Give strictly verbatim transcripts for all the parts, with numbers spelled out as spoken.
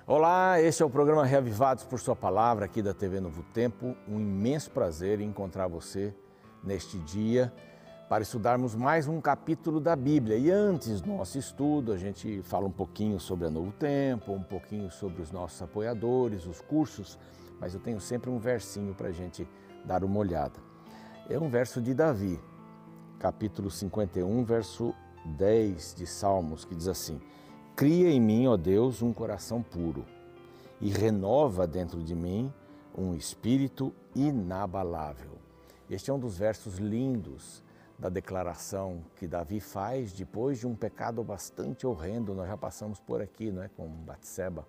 Olá, este é o programa Reavivados por Sua Palavra, aqui da T V Novo Tempo. Um imenso prazer em encontrar você neste dia para estudarmos mais um capítulo da Bíblia. E antes do nosso estudo, a gente fala um pouquinho sobre a Novo Tempo, um pouquinho sobre os nossos apoiadores, os cursos, mas eu tenho sempre um versinho para a gente dar uma olhada. É um verso de Davi, capítulo cinquenta e um, verso dez de Salmos, que diz assim: Cria em mim, ó Deus, um coração puro e renova dentro de mim um espírito inabalável. Este é um dos versos lindos da declaração que Davi faz depois de um pecado bastante horrendo. Nós já passamos por aqui, não é, com Batseba.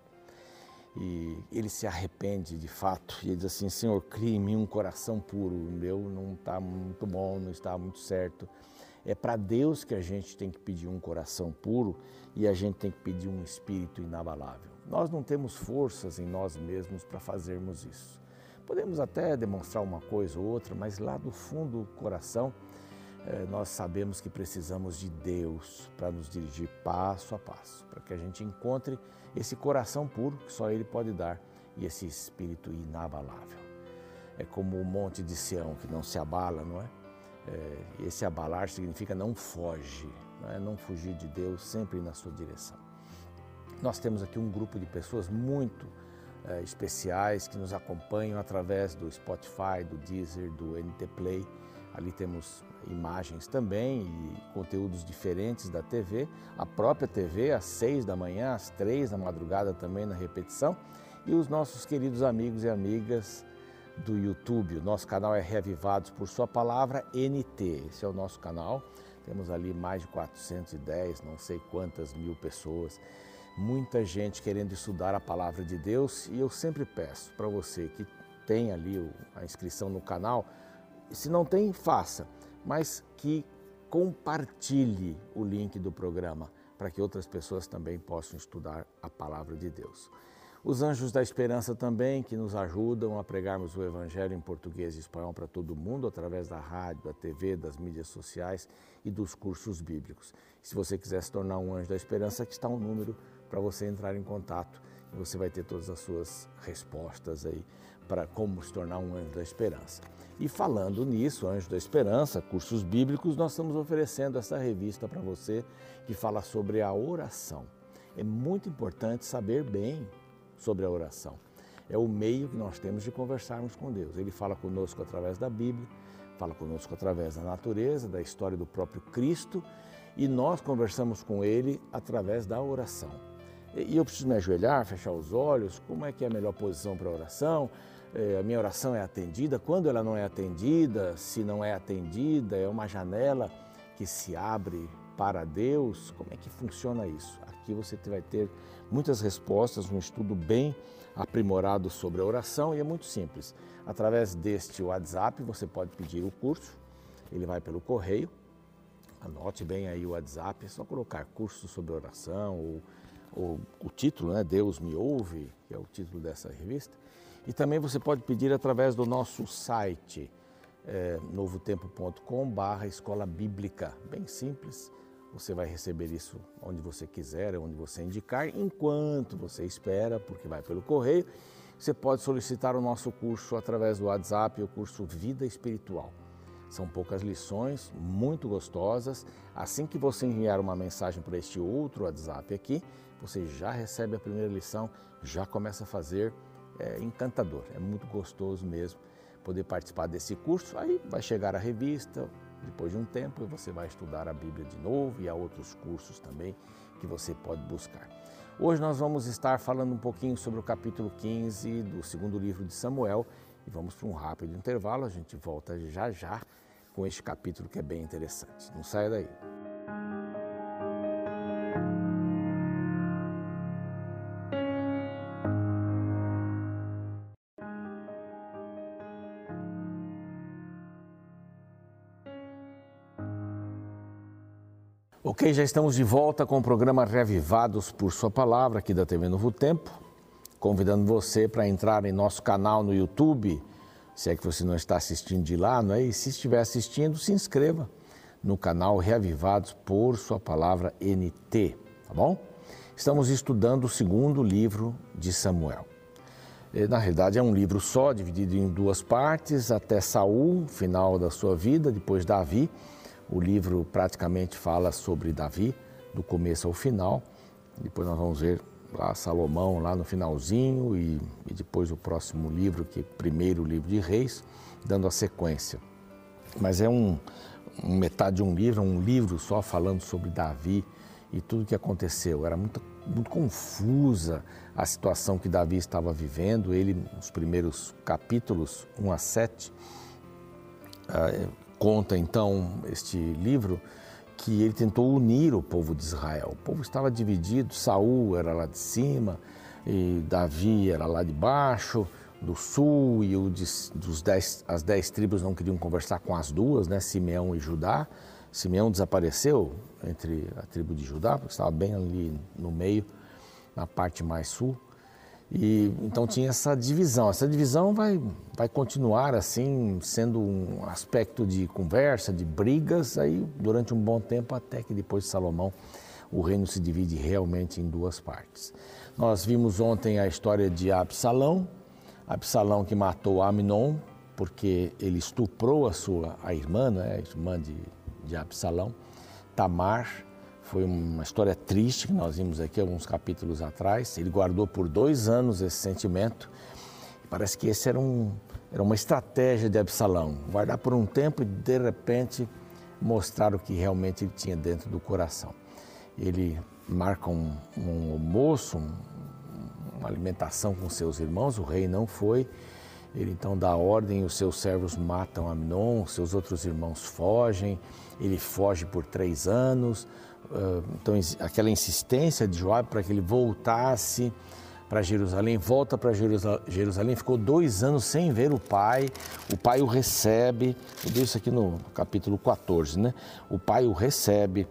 E ele se arrepende de fato e ele diz assim: Senhor, cria em mim um coração puro, o meu não está muito bom, não está muito certo. É para Deus que a gente tem que pedir um coração puro e a gente tem que pedir um espírito inabalável. Nós não temos forças em nós mesmos para fazermos isso. Podemos até demonstrar uma coisa ou outra, mas lá do fundo do coração eh, nós sabemos que precisamos de Deus para nos dirigir passo a passo, para que a gente encontre esse coração puro que só Ele pode dar e esse espírito inabalável. É como o monte de Sião que não se abala, não é? É, esse abalar significa não foge, não é? Não fugir de Deus, sempre ir na sua direção. Nós temos aqui um grupo de pessoas muito é, especiais que nos acompanham através do Spotify, do Deezer, do N T Play. Ali temos imagens também e conteúdos diferentes da T V, a própria T V às seis da manhã, às três da madrugada também na repetição, e os nossos queridos amigos e amigas do YouTube. O nosso canal é Reavivados por Sua Palavra N T, esse é o nosso canal. Temos ali mais de quatrocentos e dez, não sei quantas mil pessoas, muita gente querendo estudar a Palavra de Deus, e eu sempre peço para você que tem ali a inscrição no canal, se não tem, faça, mas que compartilhe o link do programa para que outras pessoas também possam estudar a Palavra de Deus. Os Anjos da Esperança também, que nos ajudam a pregarmos o Evangelho em português e espanhol para todo mundo, através da rádio, da T V, das mídias sociais e dos cursos bíblicos. Se você quiser se tornar um Anjo da Esperança, aqui está um número para você entrar em contato e você vai ter todas as suas respostas aí para como se tornar um Anjo da Esperança. E falando nisso, Anjo da Esperança, cursos bíblicos, nós estamos oferecendo essa revista para você que fala sobre a oração. É muito importante saber bem sobre a oração. É o meio que nós temos de conversarmos com Deus. Ele fala conosco através da Bíblia, fala conosco através da natureza, da história do próprio Cristo, e nós conversamos com Ele através da oração. E eu preciso me ajoelhar, fechar os olhos, como é que é a melhor posição para a oração? É, a minha oração é atendida? Quando ela não é atendida? Se não é atendida, é uma janela que se abre para Deus? Como é que funciona isso? Aqui você vai ter muitas respostas, um estudo bem aprimorado sobre a oração, e é muito simples. Através deste WhatsApp você pode pedir o curso, ele vai pelo correio, anote bem aí o WhatsApp, é só colocar curso sobre oração ou, ou o título, né? Deus me ouve, que é o título dessa revista. E também você pode pedir através do nosso site, é, novotempo ponto com barra escola bíblica, bem simples. Você vai receber isso onde você quiser, onde você indicar, enquanto você espera, porque vai pelo correio. Você pode solicitar o nosso curso através do WhatsApp, o curso Vida Espiritual. São poucas lições, muito gostosas. Assim que você enviar uma mensagem para este outro WhatsApp aqui, você já recebe a primeira lição, já começa a fazer, é encantador, é muito gostoso mesmo poder participar desse curso. Aí vai chegar a revista, depois de um tempo você vai estudar a Bíblia de novo, e há outros cursos também que você pode buscar. Hoje nós vamos estar falando um pouquinho sobre o capítulo quinze do segundo livro de Samuel, e vamos para um rápido intervalo. A gente volta já já com este capítulo que é bem interessante. Não saia daí. Ok, já estamos de volta com o programa Reavivados por Sua Palavra, aqui da T V Novo Tempo, convidando você para entrar em nosso canal no YouTube, se é que você não está assistindo de lá, não é? E se estiver assistindo, se inscreva no canal Reavivados por Sua Palavra N T, tá bom? Estamos estudando o segundo livro de Samuel. Na realidade é um livro só, dividido em duas partes, até Saul, final da sua vida, depois Davi. O livro praticamente fala sobre Davi, do começo ao final. Depois nós vamos ver lá Salomão lá no finalzinho e, e depois o próximo livro, que é o primeiro livro de Reis, dando a sequência. Mas é um, um metade de um livro, um livro só falando sobre Davi e tudo o que aconteceu. Era muito, muito confusa a situação que Davi estava vivendo. Ele, nos primeiros capítulos, um a sete, uh, conta então este livro que ele tentou unir o povo de Israel. O povo estava dividido, Saul era lá de cima e Davi era lá de baixo, do sul, e o de, dos dez, as dez tribos não queriam conversar com as duas, né, Simeão e Judá. Simeão desapareceu entre a tribo de Judá, porque estava bem ali no meio, na parte mais sul. E então tinha essa divisão. Essa divisão vai, vai continuar assim, sendo um aspecto de conversa, de brigas, aí durante um bom tempo, até que depois de Salomão o reino se divide realmente em duas partes. Nós vimos ontem a história de Absalão, Absalão que matou Amnon, porque ele estuprou a sua a irmã, né, a irmã de, de Absalão, Tamar. Foi uma história triste que nós vimos aqui alguns capítulos atrás. Ele guardou por dois anos esse sentimento. Parece que esse era, um, era uma estratégia de Absalão, guardar por um tempo e de repente mostrar o que realmente ele tinha dentro do coração. Ele marca um, um almoço, um, uma alimentação com seus irmãos, o rei não foi. Ele então dá ordem, os seus servos matam Amnon, seus outros irmãos fogem, ele foge por três anos. Então aquela insistência de Joabe para que ele voltasse para Jerusalém, volta para Jerusalém, ficou dois anos sem ver o pai, o pai o recebe, tudo isso aqui no capítulo quatorze, né? O pai o recebe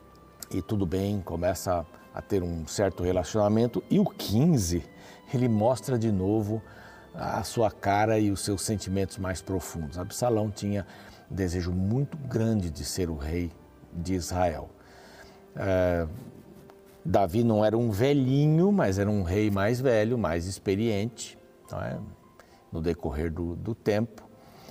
e tudo bem, começa a ter um certo relacionamento, e o quinze, ele mostra de novo a sua cara e os seus sentimentos mais profundos. Absalão tinha um desejo muito grande de ser o rei de Israel. É, Davi não era um velhinho, mas era um rei mais velho, mais experiente, não é? No decorrer do, do tempo.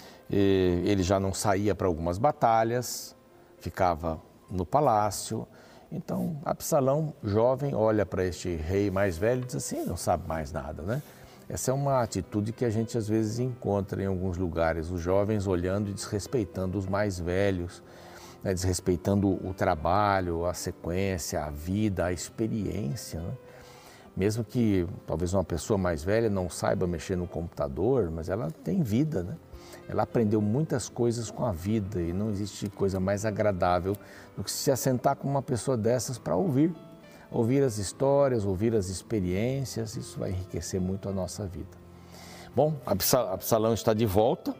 E ele já não saía para algumas batalhas, ficava no palácio. Então, Absalão, jovem, olha para este rei mais velho e diz assim, não sabe mais nada, né? Essa é uma atitude que a gente às vezes encontra em alguns lugares, os jovens olhando e desrespeitando os mais velhos, né? Desrespeitando o trabalho, a sequência, a vida, a experiência, né? Mesmo que talvez uma pessoa mais velha não saiba mexer no computador, mas ela tem vida, né? Ela aprendeu muitas coisas com a vida e não existe coisa mais agradável do que se assentar com uma pessoa dessas para ouvir. Ouvir as histórias, ouvir as experiências, isso vai enriquecer muito a nossa vida. Bom, Absalão está de volta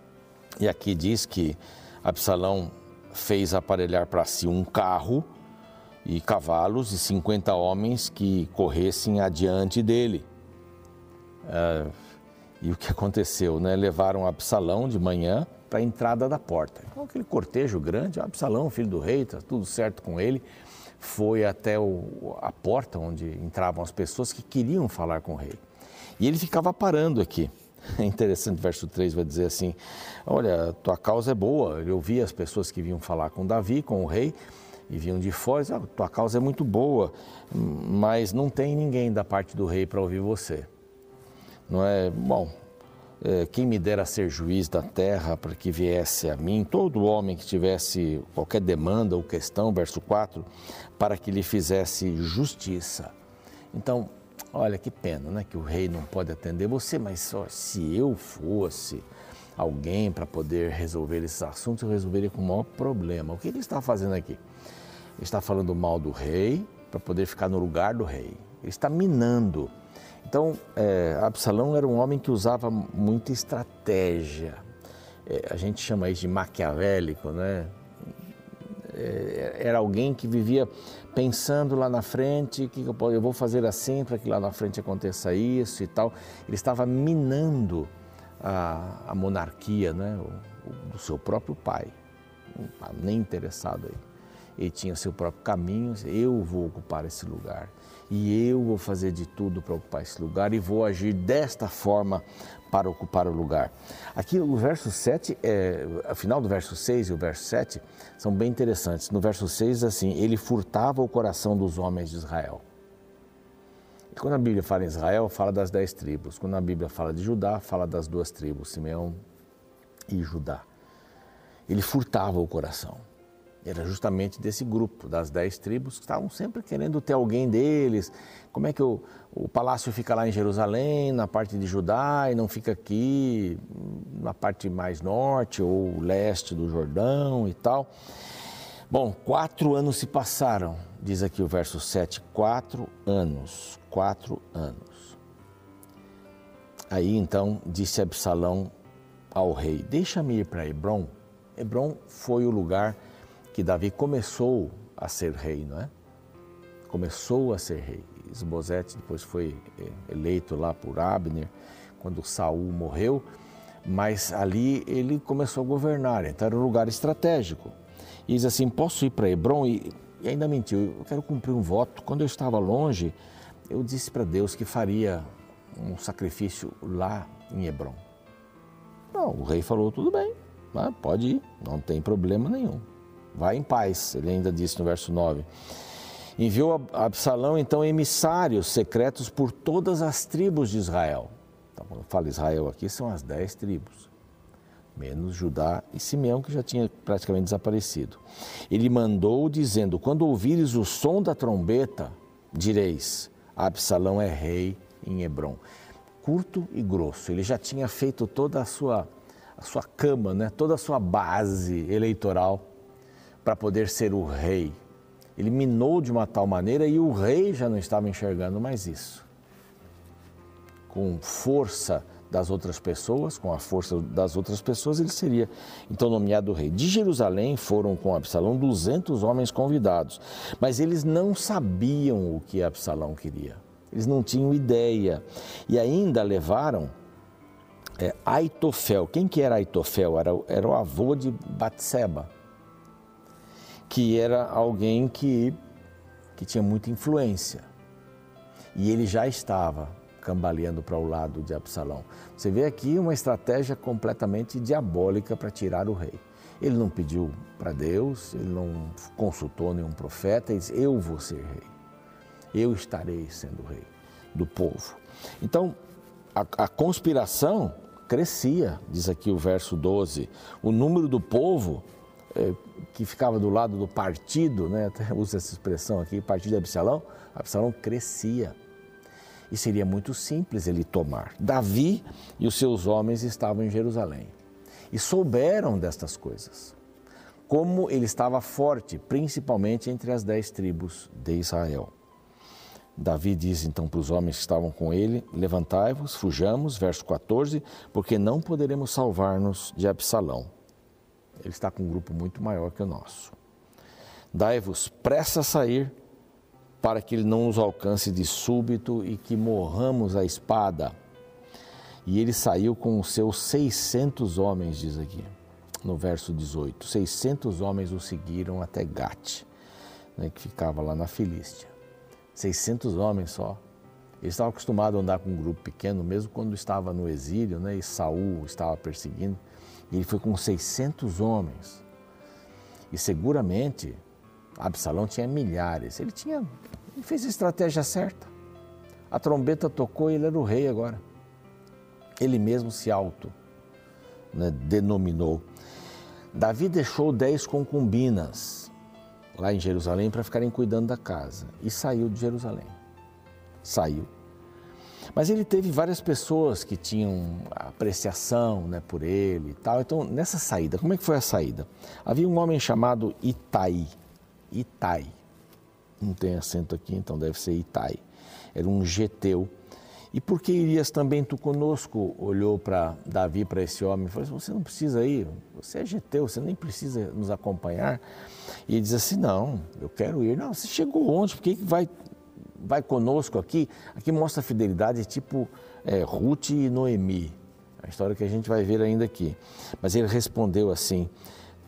e aqui diz que Absalão fez aparelhar para si um carro e cavalos e cinquenta homens que corressem adiante dele. É, e o que aconteceu, né? Levaram Absalão de manhã para a entrada da porta. Então, aquele cortejo grande, Absalão, filho do rei, está tudo certo com ele, foi até o, a porta onde entravam as pessoas que queriam falar com o rei. E ele ficava parando aqui. É interessante, o verso três vai dizer assim, olha, tua causa é boa. Ele ouvia as pessoas que vinham falar com Davi, com o rei, e vinham de fora, ah, tua causa é muito boa, mas não tem ninguém da parte do rei para ouvir você. Não é? Bom, é, quem me dera ser juiz da terra para que viesse a mim, todo homem que tivesse qualquer demanda ou questão, verso quatro, para que lhe fizesse justiça. Então, olha que pena, né, que o rei não pode atender você, mas ó, se eu fosse alguém para poder resolver esses assuntos, eu resolveria com o maior problema. O que ele está fazendo aqui? Ele está falando mal do rei para poder ficar no lugar do rei. Ele está minando. Então, é, Absalão era um homem que usava muita estratégia. É, a gente chama isso de maquiavélico, né? É, era alguém que vivia pensando lá na frente, que eu, eu vou fazer assim para que lá na frente aconteça isso e tal. Ele estava minando a, a monarquia, né? o, o, do seu próprio pai. Não estava nem interessado aí. ele tinha seu próprio caminho. Eu vou ocupar esse lugar e eu vou fazer de tudo para ocupar esse lugar e vou agir desta forma para ocupar o lugar. Aqui o verso sete, é, o final do verso seis e o verso sete são bem interessantes. No verso seis, assim, ele furtava o coração dos homens de Israel. E quando a Bíblia fala em Israel, fala das dez tribos. Quando a Bíblia fala de Judá, fala das duas tribos, Simeão e Judá. Ele furtava o coração. Era justamente desse grupo, das dez tribos, que estavam sempre querendo ter alguém deles. Como é que o, o palácio fica lá em Jerusalém, na parte de Judá, e não fica aqui, na parte mais norte ou leste do Jordão e tal. Bom, quatro anos se passaram, diz aqui o verso sete, quatro anos, quatro anos. Aí então disse Absalão ao rei, deixa-me ir para Hebrom. Hebrom foi o lugar que Davi começou a ser rei, não é? Começou a ser rei. Isbosete depois foi eleito lá por Abner, quando Saul morreu, mas ali ele começou a governar, então era um lugar estratégico. E diz assim, posso ir para Hebrom? E, e ainda mentiu, eu quero cumprir um voto. Quando eu estava longe, eu disse para Deus que faria um sacrifício lá em Hebrom. Não, o rei falou, tudo bem, pode ir, não tem problema nenhum. Vai em paz, ele ainda disse no verso nove. Enviou a Absalão, então, emissários secretos por todas as tribos de Israel. Então, quando fala Israel aqui, são as dez tribos, menos Judá e Simeão, que já tinha praticamente desaparecido. Ele mandou dizendo, quando ouvires o som da trombeta, direis, Absalão é rei em Hebrom. Curto e grosso, ele já tinha feito toda a sua, a sua cama, né? Toda a sua base eleitoral, para poder ser o rei. Ele minou de uma tal maneira e o rei já não estava enxergando mais isso. Com força das outras pessoas, com a força das outras pessoas, ele seria então nomeado rei. De Jerusalém foram com Absalão duzentos homens convidados, mas eles não sabiam o que Absalão queria. Eles não tinham ideia. E ainda levaram é, Aitofel. Quem que era Aitofel? Era, era o avô de Batseba, que era alguém que, que tinha muita influência. E ele já estava cambaleando para o lado de Absalão. Você vê aqui uma estratégia completamente diabólica para tirar o rei. Ele não pediu para Deus, ele não consultou nenhum profeta, ele disse, eu vou ser rei. Eu estarei sendo rei do povo. Então, a, a conspiração crescia, diz aqui o verso doze. O número do povo que ficava do lado do partido, né, até usa essa expressão aqui, partido de Absalão, Absalão crescia. E seria muito simples ele tomar. Davi e os seus homens estavam em Jerusalém e souberam destas coisas. Como ele estava forte, principalmente entre as dez tribos de Israel. Davi diz então para os homens que estavam com ele, levantai-vos, fujamos, verso quatorze, porque não poderemos salvar-nos de Absalão. Ele está com um grupo muito maior que o nosso. Dai-vos pressa a sair, para que ele não nos alcance de súbito e que morramos à espada. E ele saiu com os seus seiscentos homens, diz aqui, no verso dezoito. seiscentos homens o seguiram até Gate, né, que ficava lá na Filístia. seiscentos homens só. Ele estava acostumado a andar com um grupo pequeno, mesmo quando estava no exílio, né, e Saul estava perseguindo. Ele foi com seiscentos homens. E seguramente Absalão tinha milhares. Ele tinha, ele fez a estratégia certa. A trombeta tocou e ele era o rei agora. Ele mesmo se auto, né, denominou. Davi deixou dez concubinas lá em Jerusalém para ficarem cuidando da casa e saiu de Jerusalém. Saiu. Mas ele teve várias pessoas que tinham apreciação, né, por ele e tal. Então, nessa saída, como é que foi a saída? Havia um homem chamado Itai. Itai. Não tem acento aqui, então deve ser Itai. Era um geteu. E por que irias também tu conosco? Olhou para Davi, para esse homem, e falou assim, você não precisa ir, você é geteu, você nem precisa nos acompanhar. E ele diz assim, não, eu quero ir. Não, você chegou onde? Por que vai... vai conosco aqui, aqui mostra a fidelidade tipo é, Ruth e Noemi, a história que a gente vai ver ainda aqui. Mas ele respondeu assim,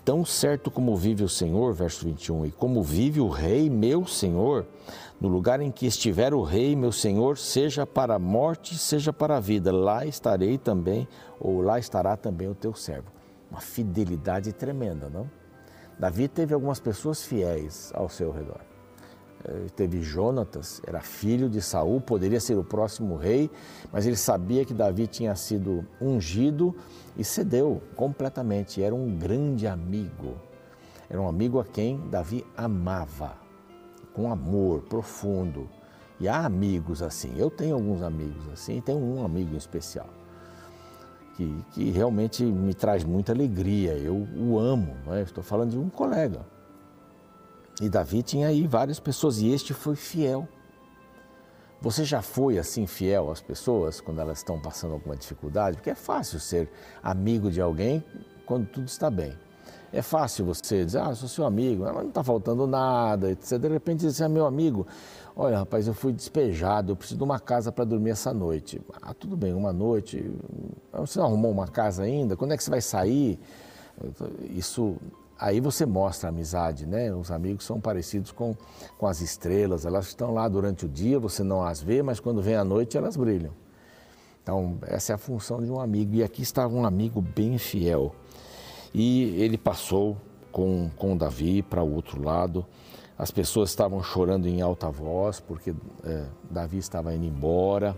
tão certo como vive o Senhor, verso vinte e um, e como vive o rei, meu Senhor, no lugar em que estiver o rei, meu Senhor, seja para a morte, seja para a vida, lá estarei também, ou lá estará também o teu servo. Uma fidelidade tremenda, não? Davi teve algumas pessoas fiéis ao seu redor. Teve Jonatas, era filho de Saul, poderia ser o próximo rei, mas ele sabia que Davi tinha sido ungido e cedeu completamente. Era um grande amigo, era um amigo a quem Davi amava, com amor profundo. E há amigos assim, eu tenho alguns amigos assim, tenho um amigo em especial, que, que realmente me traz muita alegria, eu o amo, não é? Estou falando de um colega. E Davi tinha aí várias pessoas e este foi fiel. Você já foi assim fiel às pessoas quando elas estão passando alguma dificuldade? Porque é fácil ser amigo de alguém quando tudo está bem. É fácil você dizer, ah, sou seu amigo, mas não está faltando nada. E você de repente diz, ah, meu amigo, olha rapaz, eu fui despejado, eu preciso de uma casa para dormir essa noite. Ah, tudo bem, uma noite, você não arrumou uma casa ainda? Quando é que você vai sair? Isso... Aí você mostra a amizade, né? Os amigos são parecidos com, com as estrelas, elas estão lá durante o dia, você não as vê, mas quando vem a noite elas brilham. Então, essa é a função de um amigo. E aqui estava um amigo bem fiel. E ele passou com, com Davi para o outro lado. As pessoas estavam chorando em alta voz, porque é, Davi estava indo embora.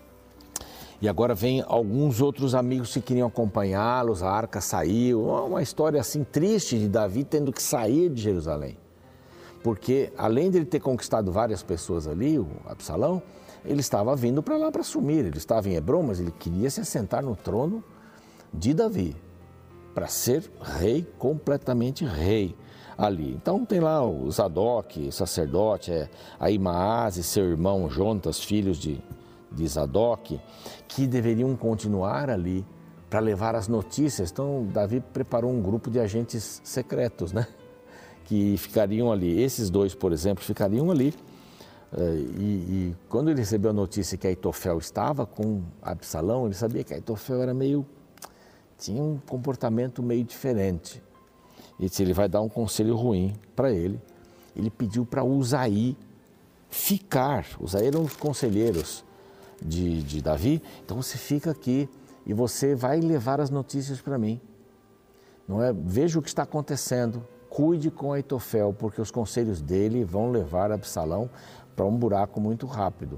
E agora vem alguns outros amigos que queriam acompanhá-los, a arca saiu. Uma história assim triste de Davi tendo que sair de Jerusalém. Porque além de ele ter conquistado várias pessoas ali, o Absalão, ele estava vindo para lá para assumir. Ele estava em Hebrom, mas ele queria se assentar no trono de Davi, para ser rei, completamente rei ali. Então tem lá o Zadok, sacerdote, é, Ahimaás e seu irmão Jonatas, filhos de... de Zadok, que deveriam continuar ali para levar as notícias. Então, Davi preparou um grupo de agentes secretos, né? Que ficariam ali. Esses dois, por exemplo, ficariam ali. E, e quando ele recebeu a notícia que Aitofel estava com Absalão, ele sabia que Aitofel era meio... tinha um comportamento meio diferente. E disse, ele vai dar um conselho ruim para ele. Ele pediu para Uzaí ficar. Uzaí eram os conselheiros De, de Davi, então você fica aqui e você vai levar as notícias para mim. Não é? Veja o que está acontecendo, cuide com Aitofel, porque os conselhos dele vão levar Absalão para um buraco muito rápido.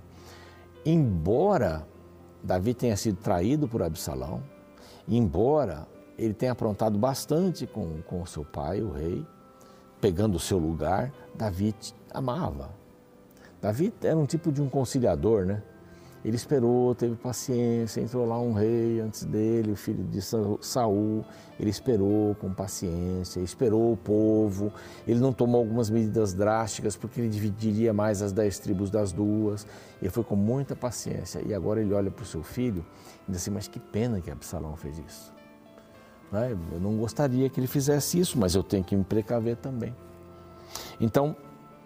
Embora Davi tenha sido traído por Absalão, embora ele tenha aprontado bastante com, com o seu pai, o rei, pegando o seu lugar, Davi amava. Davi era um tipo de um conciliador, né? Ele esperou, teve paciência, entrou lá um rei antes dele, o filho de Saul, ele esperou com paciência, esperou o povo, ele não tomou algumas medidas drásticas porque ele dividiria mais as dez tribos das duas, ele foi com muita paciência e agora ele olha para o seu filho e diz assim, mas que pena que Absalão fez isso. Né? Eu não gostaria que ele fizesse isso, mas eu tenho que me precaver também. Então,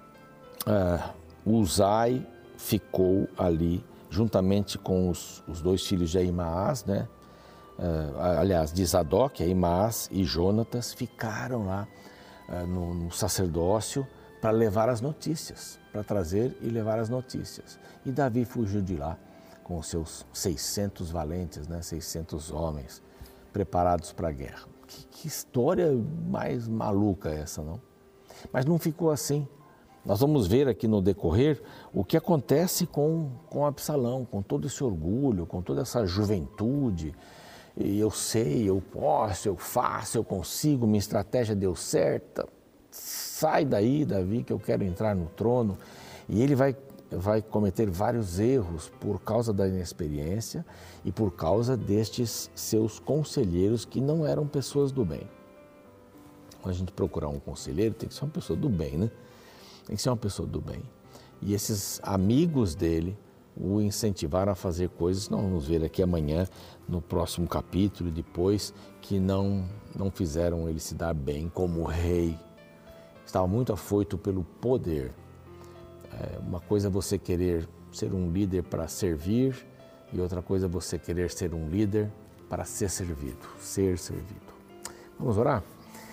uh, Uzai ficou ali juntamente com os, os dois filhos de Ahimaás, né? Uh, aliás, de Zadok, Ahimaás e Jonatas, ficaram lá uh, no, no sacerdócio para levar as notícias, para trazer e levar as notícias. E Davi fugiu de lá com os seus seiscentos valentes, né? seiscentos homens preparados para a guerra. Que, que história mais maluca essa, não? Mas não ficou assim. Nós vamos ver aqui no decorrer o que acontece com, com Absalão, com todo esse orgulho, com toda essa juventude. E eu sei, eu posso, eu faço, eu consigo, minha estratégia deu certa. Sai daí, Davi, que eu quero entrar no trono. E ele vai, vai cometer vários erros por causa da inexperiência e por causa destes seus conselheiros que não eram pessoas do bem. Quando a gente procurar um conselheiro, tem que ser uma pessoa do bem, né? Tem que ser uma pessoa do bem. E esses amigos dele o incentivaram a fazer coisas, nós vamos ver aqui amanhã, no próximo capítulo, depois, que não, não fizeram ele se dar bem como rei. Estava muito afoito pelo poder. É, uma coisa é você querer ser um líder para servir e outra coisa é você querer ser um líder para ser servido, ser servido. Vamos orar?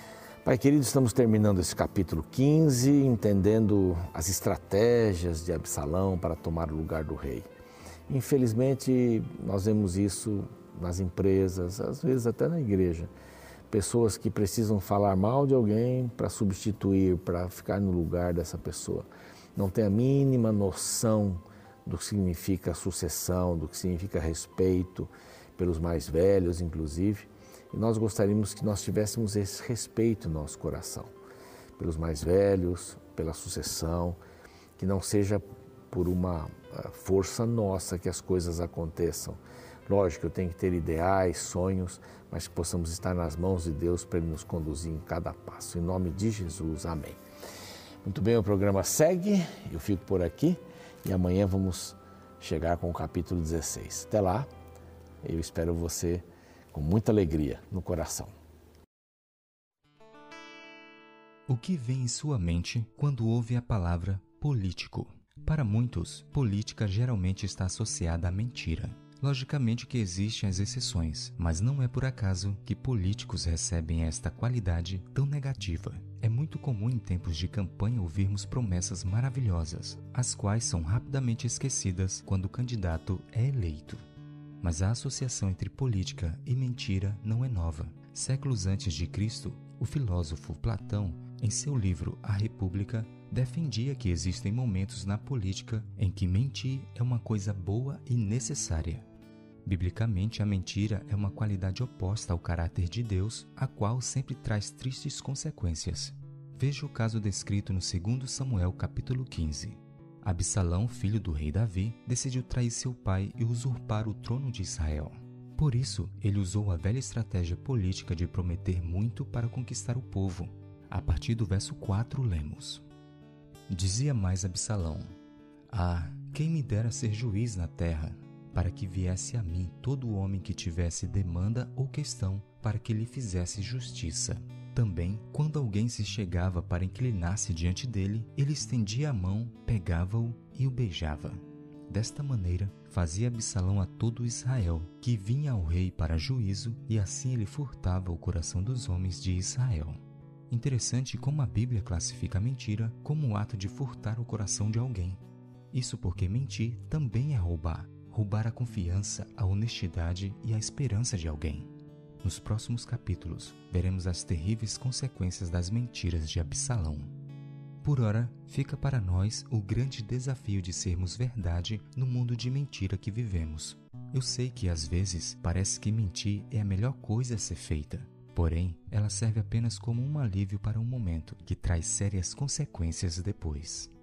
Pai querido, estamos terminando esse capítulo quinze, entendendo as estratégias de Absalão para tomar o lugar do rei. Infelizmente, nós vemos isso nas empresas, às vezes até na igreja. Pessoas que precisam falar mal de alguém para substituir, para ficar no lugar dessa pessoa. Não tem a mínima noção do que significa sucessão, do que significa respeito pelos mais velhos, inclusive. E nós gostaríamos que nós tivéssemos esse respeito no nosso coração, pelos mais velhos, pela sucessão, que não seja por uma força nossa que as coisas aconteçam. Lógico, eu tenho que ter ideais, sonhos, mas que possamos estar nas mãos de Deus para Ele nos conduzir em cada passo. Em nome de Jesus, amém. Muito bem, o programa segue, eu fico por aqui e amanhã vamos chegar com o capítulo dezesseis. Até lá, eu espero você com muita alegria no coração. O que vem em sua mente quando ouve a palavra político? Para muitos, política geralmente está associada à mentira. Logicamente que existem as exceções, mas não é por acaso que políticos recebem esta qualidade tão negativa. É muito comum em tempos de campanha ouvirmos promessas maravilhosas, as quais são rapidamente esquecidas quando o candidato é eleito. Mas a associação entre política e mentira não é nova. Séculos antes de Cristo, o filósofo Platão, em seu livro A República, defendia que existem momentos na política em que mentir é uma coisa boa e necessária. Biblicamente, a mentira é uma qualidade oposta ao caráter de Deus, a qual sempre traz tristes consequências. Veja o caso descrito no segundo Samuel capítulo quinze. Absalão, filho do rei Davi, decidiu trair seu pai e usurpar o trono de Israel. Por isso, ele usou a velha estratégia política de prometer muito para conquistar o povo. A partir do verso quatro, lemos: Dizia mais Absalão: Ah, quem me dera ser juiz na terra, para que viesse a mim todo homem que tivesse demanda ou questão, para que lhe fizesse justiça. Também, quando alguém se chegava para inclinar-se diante dele, ele estendia a mão, pegava-o e o beijava. Desta maneira, fazia Absalão a todo Israel, que vinha ao rei para juízo, e assim ele furtava o coração dos homens de Israel. Interessante como a Bíblia classifica a mentira como o ato de furtar o coração de alguém. Isso porque mentir também é roubar. Roubar a confiança, a honestidade e a esperança de alguém. Nos próximos capítulos, veremos as terríveis consequências das mentiras de Absalão. Por ora, fica para nós o grande desafio de sermos verdade no mundo de mentira que vivemos. Eu sei que às vezes parece que mentir é a melhor coisa a ser feita. Porém, ela serve apenas como um alívio para um momento que traz sérias consequências depois.